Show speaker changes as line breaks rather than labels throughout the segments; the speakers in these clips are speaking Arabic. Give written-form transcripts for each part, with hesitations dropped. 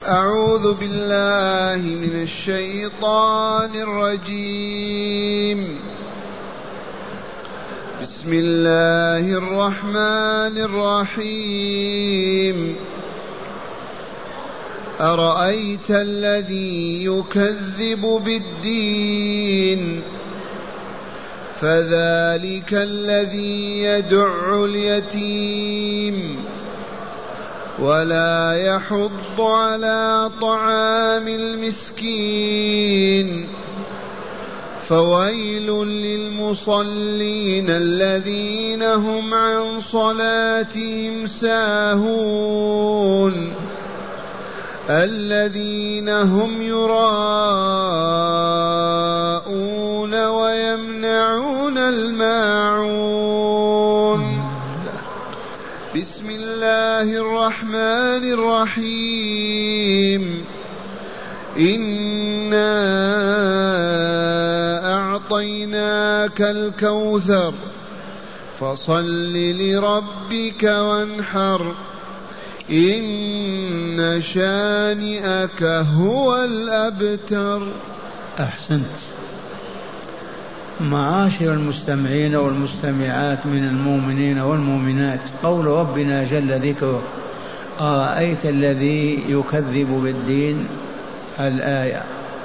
أعوذ بالله من الشيطان الرجيم. بسم الله الرحمن الرحيم. أرأيت الذي يكذب بالدين فذلك الذي يدع اليتيم ولا يحض على طعام المسكين فويل للمصلين الذين هم عن صلاتهم ساهون الذين هم يراءون ويمنعون الماعون. بسم الله الرحمن الرحيم. إنا أعطيناك الكوثر فصل لربك وانحر إن شانئك هو الأبتر.
أحسنت. معاشر المستمعين والمستمعات من المؤمنين والمؤمنات، قول ربنا جل ذكره: أرأيت الذي يكذب بالدين. الآية: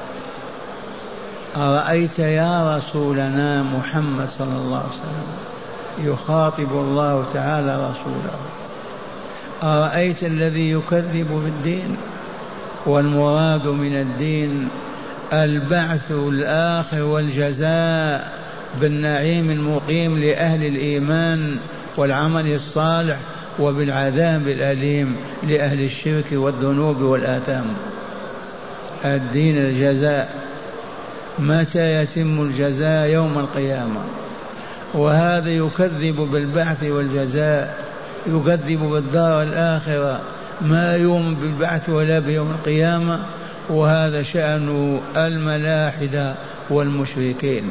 أرأيت يا رسولنا محمد صلى الله عليه وسلم، يخاطب الله تعالى رسوله: أرأيت الذي يكذب بالدين. والمراد من الدين البعث الآخر والجزاء بالنعيم المقيم لأهل الإيمان والعمل الصالح، وبالعذاب الأليم لأهل الشرك والذنوب والآثام. الدين الجزاء. متى يتم الجزاء؟ يوم القيامة. وهذا يكذب بالبعث والجزاء، يكذب بالدار الآخرة، ما يؤمن بالبعث ولا بيوم القيامة. وهذا شأن الملاحدة والمشركين.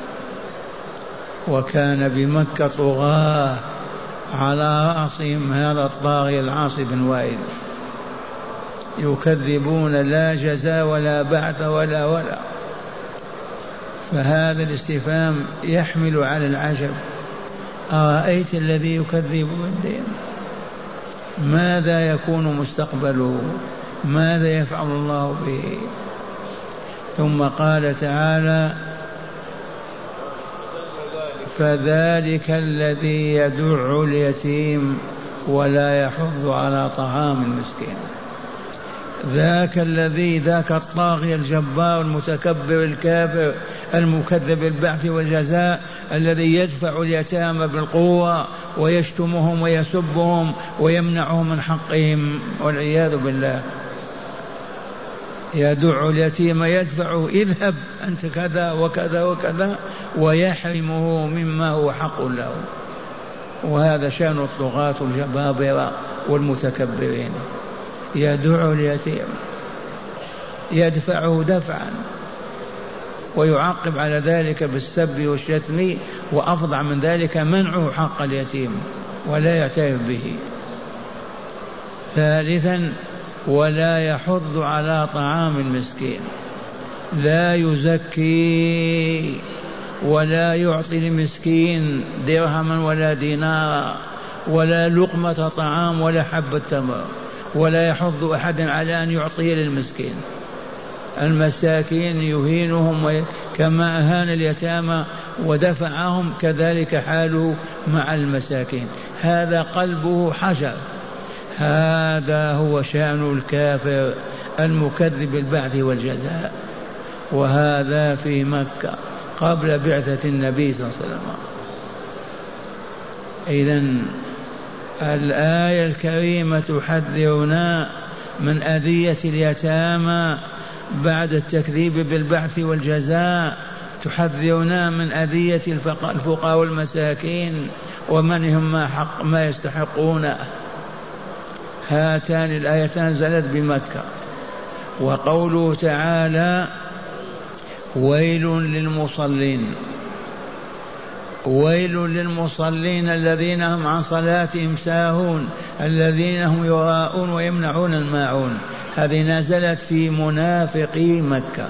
وكان بمكة طغاة على رأسهم هذا الطاغية العاص بن وائل، يكذبون لا جزاء ولا بعث ولا. فهذا الاستفهام يحمل على العجب. أرأيت الذي يكذب بالدين، ماذا يكون مستقبله؟ ماذا يفعل الله به؟ ثم قال تعالى: فذلك الذي يدع اليتيم ولا يحض على طعام المسكين. ذاك الطاغية الجبار المتكبر الكافر المكذب بالبعث والجزاء، الذي يدفع اليتامى بالقوة ويشتمهم ويسبهم ويمنعهم من حقهم والعياذ بالله. يدع اليتيم، يدفع: اذهب أنت كذا وكذا وكذا، ويحرمه مما هو حق له. وهذا شأن الطغاة الجبابرة والمتكبرين. يدع اليتيم، يدفعه دفعا، ويعقب على ذلك بالسب والشتم، وأفظع من ذلك منعه حق اليتيم ولا يعترف به. ثالثا: ولا يحض على طعام المسكين، لا يزكي ولا يعطي المسكين درهما ولا دينارا ولا لقمة طعام ولا حبة تمر، ولا يحض أحد على أن يعطيه للمسكين. المساكين يهينهم كما أهان اليتامى ودفعهم، كذلك حاله مع المساكين. هذا قلبه حجر. هذا هو شأن الكافر المكذب بالبعث والجزاء. وهذا في مكة قبل بعثة النبي صلى الله عليه وسلم. إذن الآية الكريمة تحذرنا من أذية اليتامى بعد التكذيب بالبعث والجزاء، تحذرنا من أذية الفقراء والمساكين ومنهم ما يستحقونه. هاتان الآيتان نزلت بمكة. وقوله تعالى: ويل للمصلين. ويل للمصلين الذين هم عن صلاتهم ساهون الذين هم يراءون ويمنعون الماعون. هذه نزلت في منافقي مكة.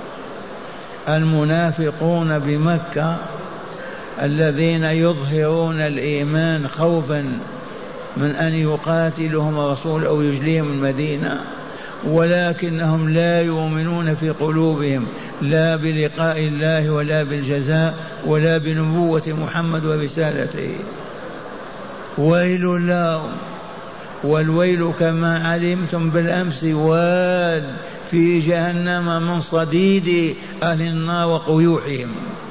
المنافقون بمكة الذين يظهرون الإيمان خوفا من أن يقاتلهم الرسول أو يجليهم المدينة، ولكنهم لا يؤمنون في قلوبهم لا بلقاء الله ولا بالجزاء ولا بنبوة محمد ورسالته. ويل لهم، والويل كما علمتم بالأمس واد في جهنم من صديد أهل النار وقيوحهم.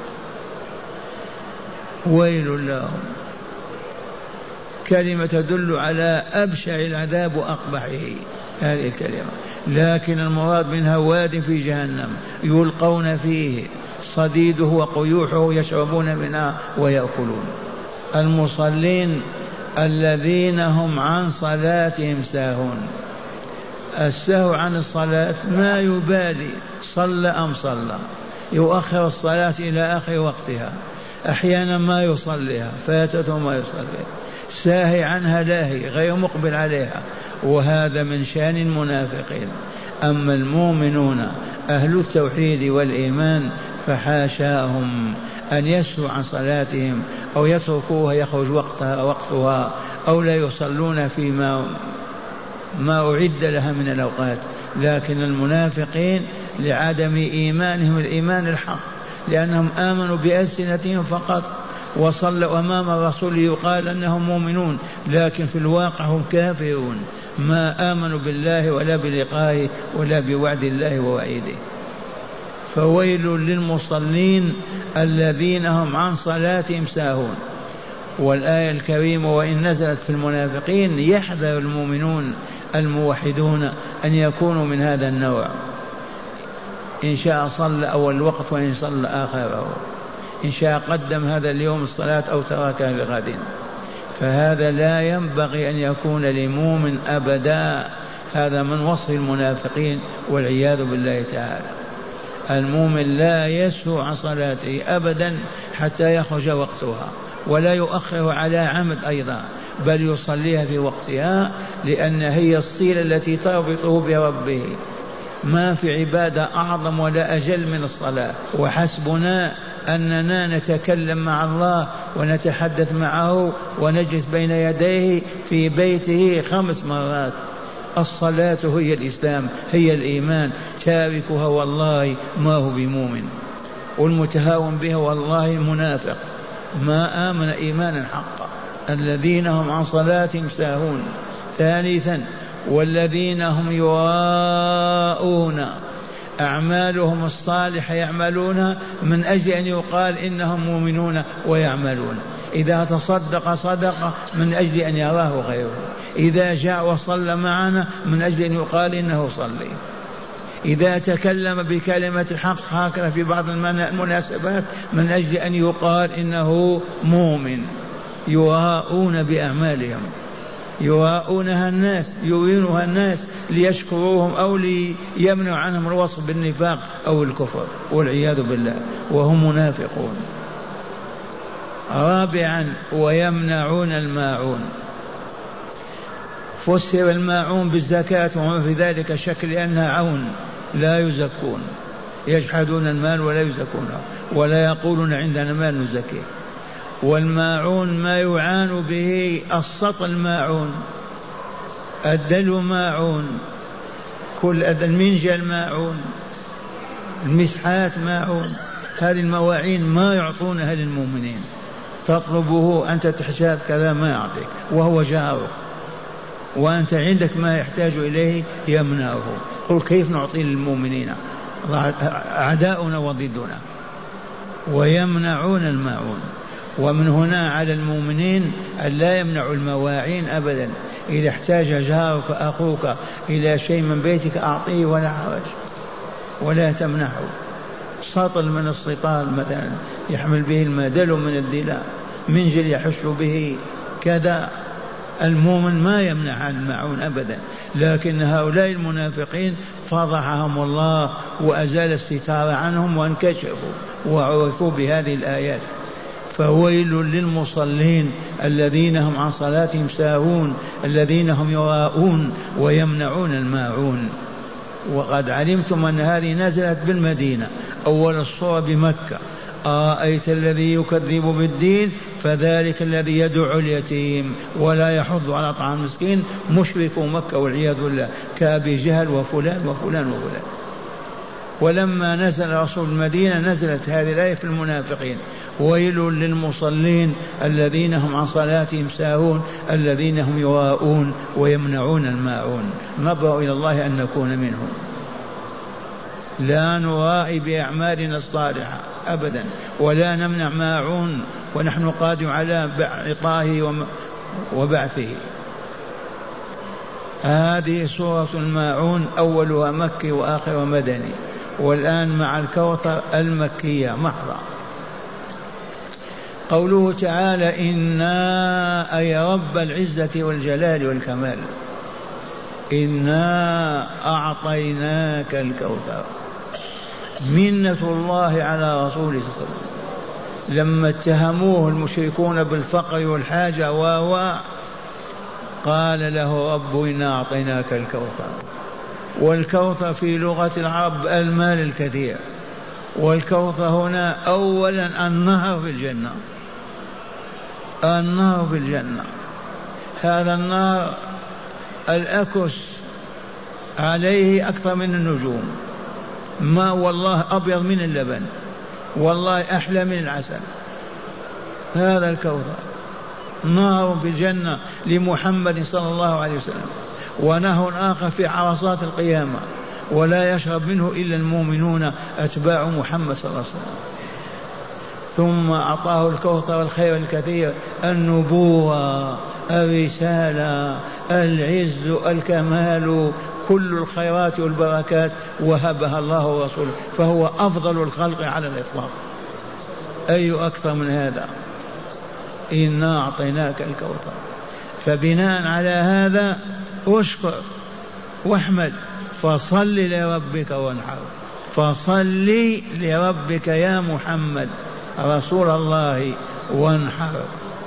ويل لهم كلمة تدل على أبشع العذاب وأقبحه هذه الكلمة، لكن المراد منها واد في جهنم يلقون فيه صديده وقيوحه يشربون منها ويأكلون. المصلين الذين هم عن صلاتهم ساهون. السهو عن الصلاة ما يبالي صلى أم صلى، يؤخر الصلاة إلى آخر وقتها، أحيانا ما يصليها، فاتته ما يصليها، ساهي عنها لاهي غير مقبل عليها، وهذا من شأن المنافقين. أما المؤمنون أهل التوحيد والإيمان فحاشاهم أن يسهوا عن صلاتهم أو يتركوها يخرج وقتها أو لا يصلون فيما أعد لها من الأوقات. لكن المنافقين لعدم إيمانهم الإيمان الحق، لأنهم آمنوا بألسنتهم فقط وصلوا أمام الرسول يقال أنهم مؤمنون، لكن في الواقع هم كافرون، ما آمنوا بالله ولا بلقائه ولا بوعد الله ووعيده. فويل للمصلين الذين هم عن صلاتهم ساهون. والآية الكريمة وإن نزلت في المنافقين يحذر المؤمنون الموحدون أن يكونوا من هذا النوع، إن شاء صلى أول الوقت وإن صلى آخره، إن شاء قدم هذا اليوم الصلاة أو تركها لغد. فهذا لا ينبغي أن يكون لمؤمن أبدا، هذا من وصف المنافقين والعياذ بالله تعالى. المؤمن لا يسهو عن صلاته أبدا حتى يخرج وقتها، ولا يؤخر على عمد أيضا، بل يصليها في وقتها، لأن هي الصلة التي تربطه بربه. ما في عبادة أعظم ولا أجل من الصلاة، وحسبنا أننا نتكلم مع الله ونتحدث معه ونجلس بين يديه في بيته 5 مرات. الصلاة هي الإسلام، هي الإيمان، تاركها والله ما هو بمؤمن، والمتهاون بها والله منافق ما آمن إيمانا حقا. الذين هم عن صلاتهم ساهون. ثالثا والذين هم يراءون، أعمالهم الصالحة يعملون من أجل أن يقال إنهم مؤمنون ويعملون. إذا تصدق صدقة من أجل أن يراه غيره، إذا جاء وصلى معنا من أجل أن يقال إنه صلي، إذا تكلم بكلمة الحق هكذا في بعض المناسبات من أجل أن يقال إنه مؤمن. يراءون بأعمالهم، يراءونها الناس، يرينها الناس ليشكروهم أو ليمنعوا عنهم الوصف بالنفاق أو الكفر والعياذ بالله، وهم منافقون. رابعا ويمنعون الماعون. فسر الماعون بالزكاة وما في ذلك شك لأنها عون، لا يزكون، يجحدون المال ولا يزكونه، ولا يقولون عندنا مال نزكيه. والماعون ما يعان به السطل ماعون، الدلو ماعون، كل المنجل ماعون، المسحات ماعون. هذه المواعين ما يعطونها للمؤمنين، تطلبه أنت تحتاج كذا ما يعطيك وهو جارك، وأنت عندك ما يحتاج إليه يمنعه. قل كيف نعطي للمؤمنين أعداؤنا وضدنا. ويمنعون الماعون. ومن هنا على المؤمنين أن لا يمنعوا المواعين أبدا. إذا احتاج جارك أخوك إلى شيء من بيتك أعطيه ولا حرج، ولا تمنعه. سطل من السطال مثلا يحمل به الماء، دلو من الدلاء، منجل يحش به كذا. المؤمن ما يمنع عن الماعون أبدا، لكن هؤلاء المنافقين فضحهم الله وأزال الستار عنهم وانكشفوا وعرفوا بهذه الآيات. فويل للمصلين الذين هم عن صلاتهم ساهون، الذين هم يراءون ويمنعون الماعون. وقد علمتم أن هذه نزلت بالمدينة، أول الصورة بمكة. أرأيت الذي يكذب بالدين فذلك الذي يدعو اليتيم ولا يحض على طعام المسكين، مشرك مكة والعياذ بالله كأبي جهل وفلان وفلان وفلان. ولما نزل رسول المدينة نزلت هذه الآية في المنافقين: ويل للمصلين الذين هم عن صلاتهم ساهون الذين هم يراءون ويمنعون الماعون. نبرأ إلى الله أن نكون منهم. لا نرائي بأعمالنا الصالحة أبدا، ولا نمنع ماعون، ونحن قادر على إعطائه وبعثه. هذه سورة الماعون، أولها مكي وآخرها مدني، والآن مع الكوثر المكية محضة. قوله تعالى: إنا أي رب العزة والجلال والكمال، إنا أعطيناك الكوثر. منة الله على رسوله صلى الله عليه وسلم لما اتهموه المشركون بالفقر والحاجة قال له رب إنا أعطيناك الكوثر. والكوثر في لغة العرب المال الكثير، والكوثر هنا أولا النهر في الجنة. النهر في الجنة، هذا النهر الأكس عليه أكثر من النجوم، ما والله أبيض من اللبن، والله أحلى من العسل. هذا الكوثر نهر في الجنة لمحمد صلى الله عليه وسلم، ونهر آخر في عرصات القيامة، ولا يشرب منه إلا المؤمنون أتباع محمد صلى الله عليه وسلم. ثم أعطاه الكوثر الخير الكثير: النبوة، الرسالة، العز، الكمال، كل الخيرات والبركات وهبها الله ورسوله، فهو أفضل الخلق على الإطلاق. أي أكثر من هذا؟ إنا أعطيناك الكوثر. فبناء على هذا اشكر واحمد، فصل لربك وانحر. فصل لربك يا محمد رسول الله وانحر.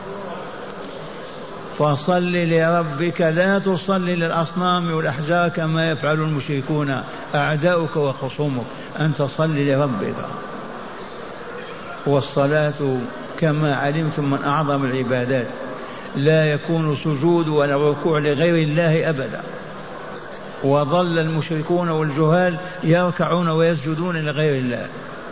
فصل لربك، لا تصل للأصنام والأحجار كما يفعل المشركون أعداؤك وخصومك، أن تصل لربك. والصلاة كما علمتم من أعظم العبادات، لا يكون سجود ولا ركوع لغير الله أبدا. وظل المشركون والجهال يركعون ويسجدون لغير الله.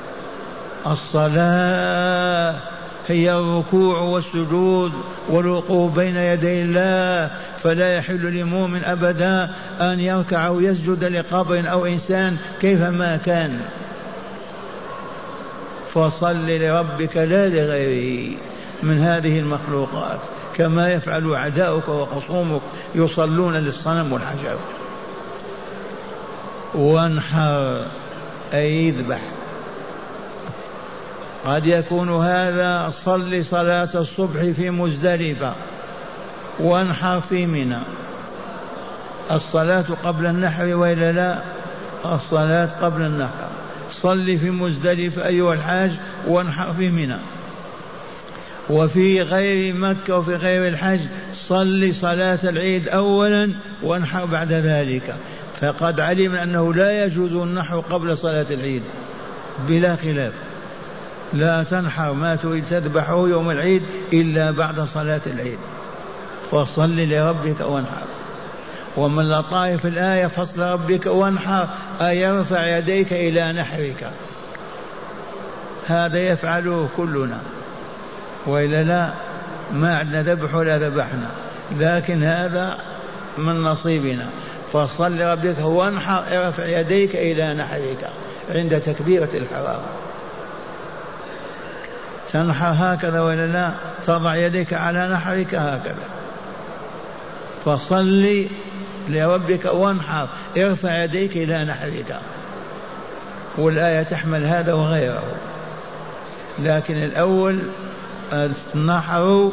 الصلاة هي الركوع والسجود والوقوف بين يدي الله، فلا يحل لمؤمن أبدا أن يركع ويسجد لقبر أو إنسان كيفما كان. فصل لربك لا لغيره من هذه المخلوقات، كما يفعل أعداؤك وخصومك، يصلون للصنم والحجر. وانحر أي اذبح. قد يكون هذا صل صلاة الصبح في مزدلفة وانحر في منى. الصلاة قبل النحر وإلا لا؟ الصلاة قبل النحر. صل في مزدلفة أيها الحاج وانحر في منى. وفي غير مكة وفي غير الحج صل صلاة العيد أولا وانحر بعد ذلك. فقد علمنا أنه لا يجوز النحر قبل صلاة العيد بلا خلاف. لا تنحر ما تريد تذبحه يوم العيد إلا بعد صلاة العيد. فصل لربك وانحر. ومن لطائف الآية فصل ربك وانحر أي يرفع يديك إلى نحرك. هذا يفعله كلنا، وإلا لا ما عندنا ذبح ولا ذبحنا، لكن هذا من نصيبنا. فصل لربك وانحر ارفع يديك إلى نحرك عند تكبيرة الحرام. تنحر هكذا ولا لا؟ تضع يديك على نحرك هكذا. فصل لربك وانحر ارفع يديك إلى نحرك. والآية تحمل هذا وغيره، لكن الأول النحر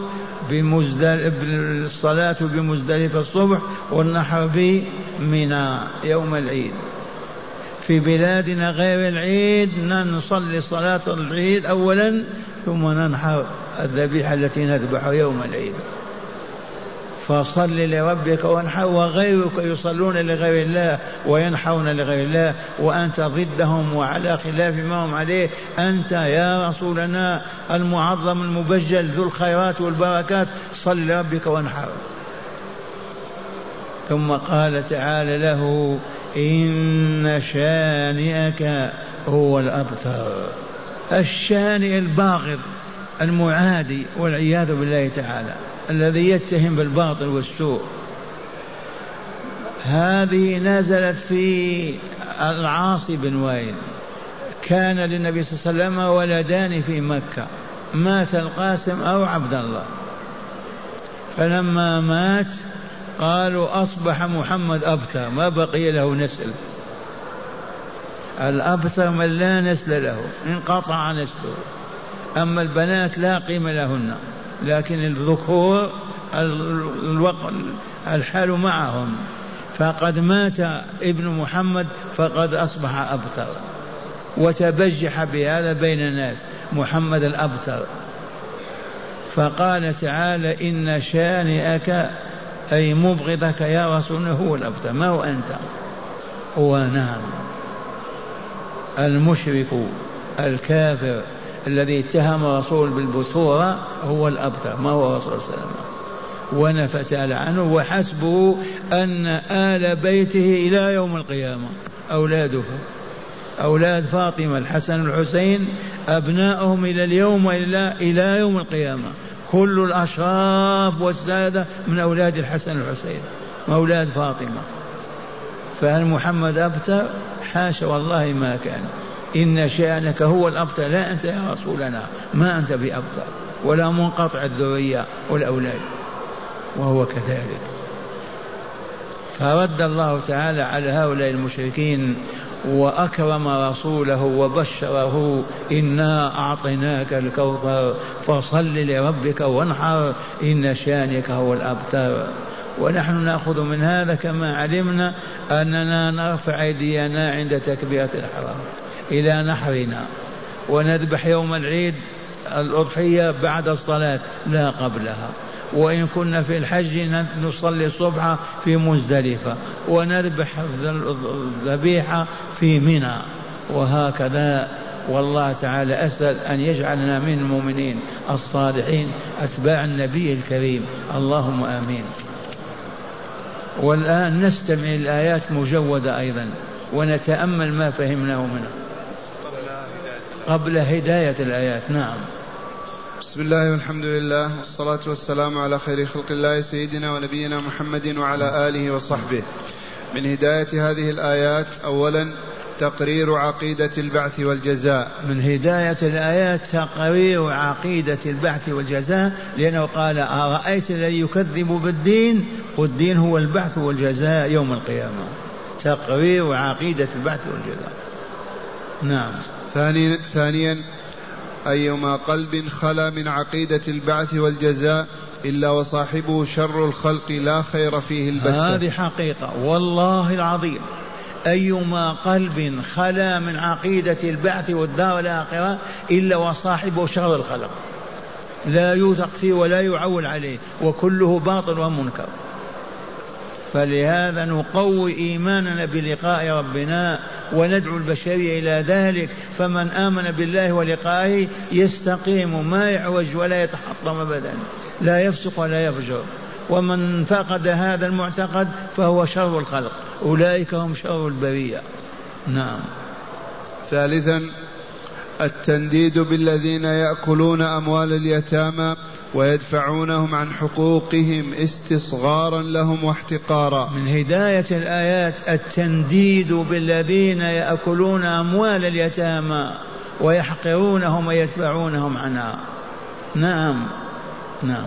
الصلاة بمزدلفة الصبح، والنحر بمنى يوم العيد. في بلادنا غير العيد نصلي صلاة العيد أولا ثم ننحر الذبيحة التي نذبح يوم العيد. فصل لربك وانحر، وغيرك يصلون لغير الله وينحرون لغير الله، وأنت ضدهم وعلى خلاف ما هم عليه. أنت يا رسولنا المعظم المبجل ذو الخيرات والبركات، صل لربك وانحر. ثم قال تعالى له: إن شانئك هو الأبتر. الشانئ الباغض المعادي والعياذ بالله تعالى، الذي يتهم بالباطل والسوء. هذه نزلت في العاص بن وائل. كان للنبي صلى الله عليه وسلم ولدان في مكة، مات القاسم أو عبد الله، فلما مات قالوا أصبح محمد أبتر، ما بقي له نسل. الأبتر من لا نسل له، انقطع نسله. أما البنات لا قيمة لهن، لكن الذكور الحال معهم. فقد مات ابن محمد فقد أصبح أبتر، وتبجح بهذا بين الناس، محمد الأبتر. فقال تعالى: إن شانئك أي مبغضك يا رسول هو الأبتر، ما هو أنت. ونعم، المشرك الكافر الذي اتهم رسول بالبثورة هو الأبتر، ما هو رسول الله صلى الله عليه وسلم، ونفى تعالى عنه. وحسبه أن آل بيته إلى يوم القيامة أولاده، أولاد فاطمة الحسن والحسين، أبناؤهم إلى اليوم إلى يوم القيامة، كل الأشراف والسادة من أولاد الحسن والحسين، أولاد فاطمة. فهل محمد أبتر؟ حاشا والله ما كان. إن شأنك هو الأبتر، لا أنت يا رسولنا، ما أنت بأبتر ولا منقطع الذرية والأولاد، وهو كذلك. فرد الله تعالى على هؤلاء المشركين وأكرم رسوله وبشره: إنا أعطيناك الكوثر فصل لربك وانحر إن شانك هو الأبتر. ونحن نأخذ من هذا كما علمنا أننا نرفع أيدينا عند تكبيرة الإحرام إلى نحرنا، ونذبح يوم العيد الأضحية بعد الصلاة لا قبلها. وإن كنا في الحج نصلي الصبح في مزدلفة، ونذبح الذبيحة في منى، وهكذا. والله تعالى أسأل أن يجعلنا من المؤمنين الصالحين أتباع النبي الكريم، اللهم آمين. والآن نستمع الآيات مجودة أيضا ونتأمل ما فهمناه منها قبل هداية الآيات. نعم.
بسم الله والحمد لله والصلاة والسلام على خير خلق الله سيدنا ونبينا محمد وعلى آله وصحبه. من هداية هذه الآيات: أولا تقرير عقيدة البعث والجزاء.
من هداية الآيات تقرير عقيدة البعث والجزاء، لأنه قال: أرأيت الذي يكذب بالدين، والدين هو البعث والجزاء يوم القيامة. تقرير عقيدة البعث والجزاء. نعم.
ثانيا أيما قلب خلا من عقيدة البعث والجزاء إلا وصاحبه شر الخلق لا خير فيه البتة.
هذه حقيقة والله العظيم. أيما قلب خلا من عقيدة البعث والدار الآخرة إلا وصاحبه شر الخلق، لا يوثق فيه ولا يعول عليه، وكله باطل ومنكر. فلهذا نقوي إيماننا بلقاء ربنا وندعو البشرية إلى ذلك. فمن آمن بالله ولقائه يستقيم، ما يعوج ولا يتحطم أبدا، لا يفسق ولا يفجر. ومن فقد هذا المعتقد فهو شر الخلق، أولئك هم شر البرية. نعم.
ثالثا التنديد بالذين يأكلون أموال اليتامى ويدفعونهم عن حقوقهم استصغارا لهم واحتقارا.
من هداية الآيات التنديد بالذين يأكلون أموال اليتامى ويحقرونهم ويدفعونهم عنها. نعم. نعم.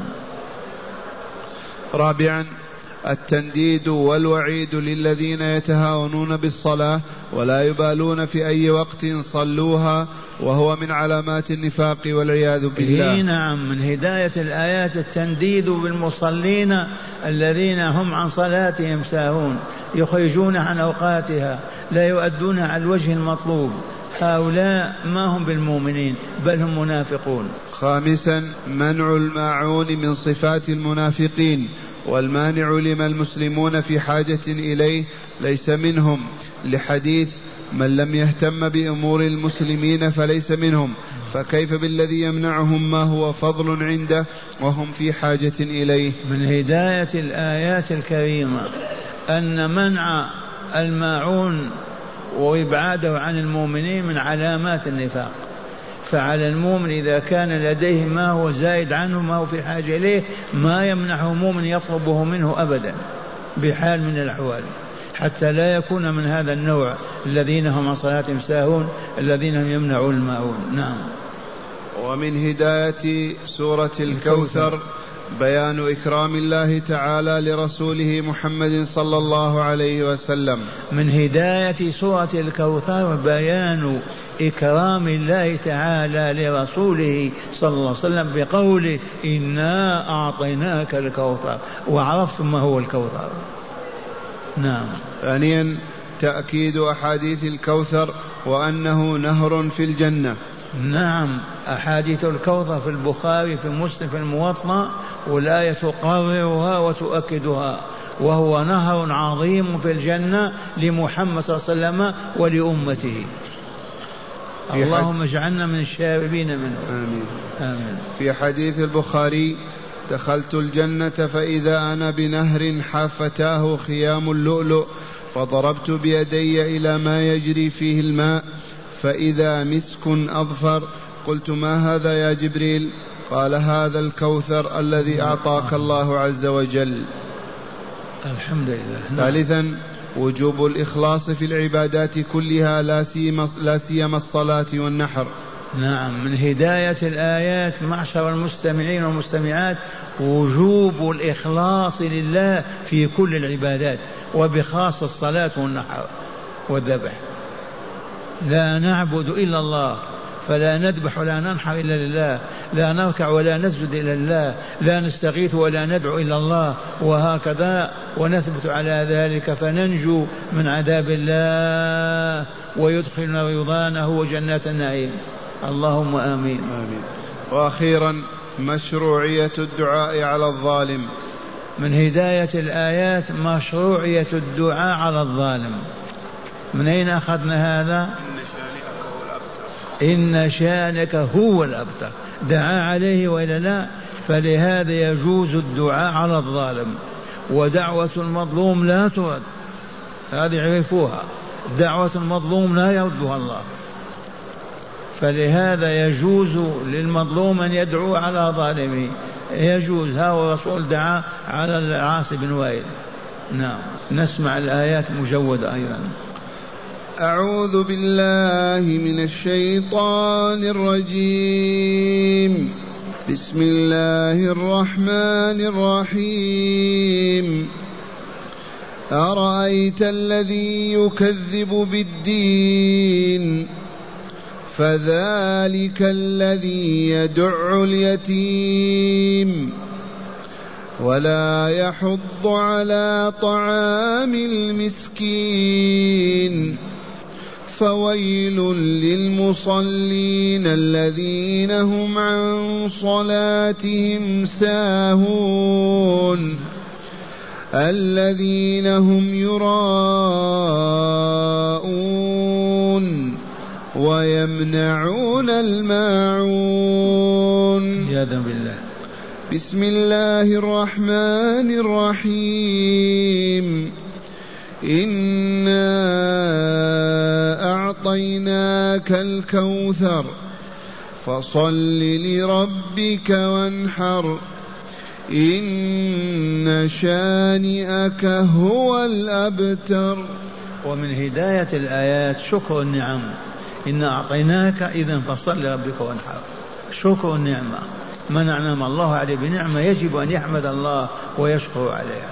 رابعا التنديد والوعيد للذين يتهاونون بالصلاة ولا يبالون في أي وقت صلوها، وهو من علامات النفاق والعياذ بالله.
نعم. من هداية الآيات التنديد بالمصلين الذين هم عن صلاتهم ساهون، يخرجون عن أوقاتها، لا يؤدونها على الوجه المطلوب. هؤلاء ما هم بالمؤمنين بل هم منافقون.
خامسا منع الماعون من صفات المنافقين، والمانع لما المسلمون في حاجة إليه ليس منهم، لحديث من لم يهتم بأمور المسلمين فليس منهم، فكيف بالذي يمنعهم ما هو فضل عنده وهم في حاجة إليه؟
من هداية الآيات الكريمة أن منع الماعون وإبعاده عن المؤمنين من علامات النفاق، فعلى المؤمن إذا كان لديه ما هو زائد عنه ما هو في حاجة إليه ما يمنعه مؤمن يطلبه منه أبدا بحال من الأحوال، حتى لا يكون من هذا النوع الذين هم عن صلاتهم ساهون الذين هم يمنعون الماعون. نعم.
ومن هداية سورة الكوثر بيان إكرام الله تعالى لرسوله محمد صلى الله عليه وسلم.
من هداية سورة الكوثر بيان إكرام الله تعالى لرسوله صلى الله عليه وسلم بقوله إنا أعطيناك الكوثر، وعرفتم ما هو الكوثر. نعم.
ثانيا تأكيد أحاديث الكوثر وأنه نهر في الجنة.
نعم، أحاديث الكوثر في البخاري في مسلم في الموطأ، والآية تقررها وتؤكدها، وهو نهر عظيم في الجنة لمحمد صلى الله عليه وسلم ولأمته. اللهم اجعلنا من الشاربين منه.
آمين.
آمين.
في حديث البخاري دخلت الجنة فإذا أنا بنهر حافتاه خيام اللؤلؤ فضربت بيدي إلى ما يجري فيه الماء فإذا مسك أظفر، قلت ما هذا يا جبريل؟ قال هذا الكوثر الذي أعطاك الله عز وجل.
الحمد لله.
ثالثا وجوب الإخلاص في العبادات كلها لا سيما الصلاة والنحر.
نعم، من هداية الآيات معشر المستمعين والمستمعات وجوب الإخلاص لله في كل العبادات، وبخاصة الصلاة والنحر والذبح. لا نعبد إلا الله، فلا نذبح ولا ننحر إلا لله، لا نركع ولا نسجد إلا لله، لا نستغيث ولا ندعو إلا الله، وهكذا ونثبت على ذلك فننجو من عذاب الله ويدخلنا رضوانه وجنات النعيم. اللهم آمين.
آمين. وأخيرا مشروعية الدعاء على الظالم.
من هداية الآيات مشروعية الدعاء على الظالم. من أين أخذنا هذا؟ إن شانك هو الأبتر، دعا عليه وإلا لا، فلهذا يجوز الدعاء على الظالم، ودعوة المظلوم لا ترد، هذه عرفوها، دعوة المظلوم لا يردها الله، فلهذا يجوز للمظلوم أن يدعو على ظالمه، يجوز. ها الرسول دعا على العاص بن وائل. نعم. نسمع الآيات مجودة أيضا.
أعوذ بالله من الشيطان الرجيم. بسم الله الرحمن الرحيم. أرأيت الذي يكذب بالدين فذلك الذي يدع اليتيم ولا يحض على طعام المسكين فويل للمصلين الذين هم عن صلاتهم ساهون الذين هم يراءون ويمنعون الماعون.
عياذا بالله.
بسم الله الرحمن الرحيم. إنا أعطيناك الكوثر فصل لربك وانحر إن شانئك هو الأبتر.
ومن هداية الآيات شكر النعم. إنا أعطيناك إذن فصل لربك وانحر، شكر النعمة. من أنعم الله عليه بنعمة يجب أن يحمد الله ويشكر عليها.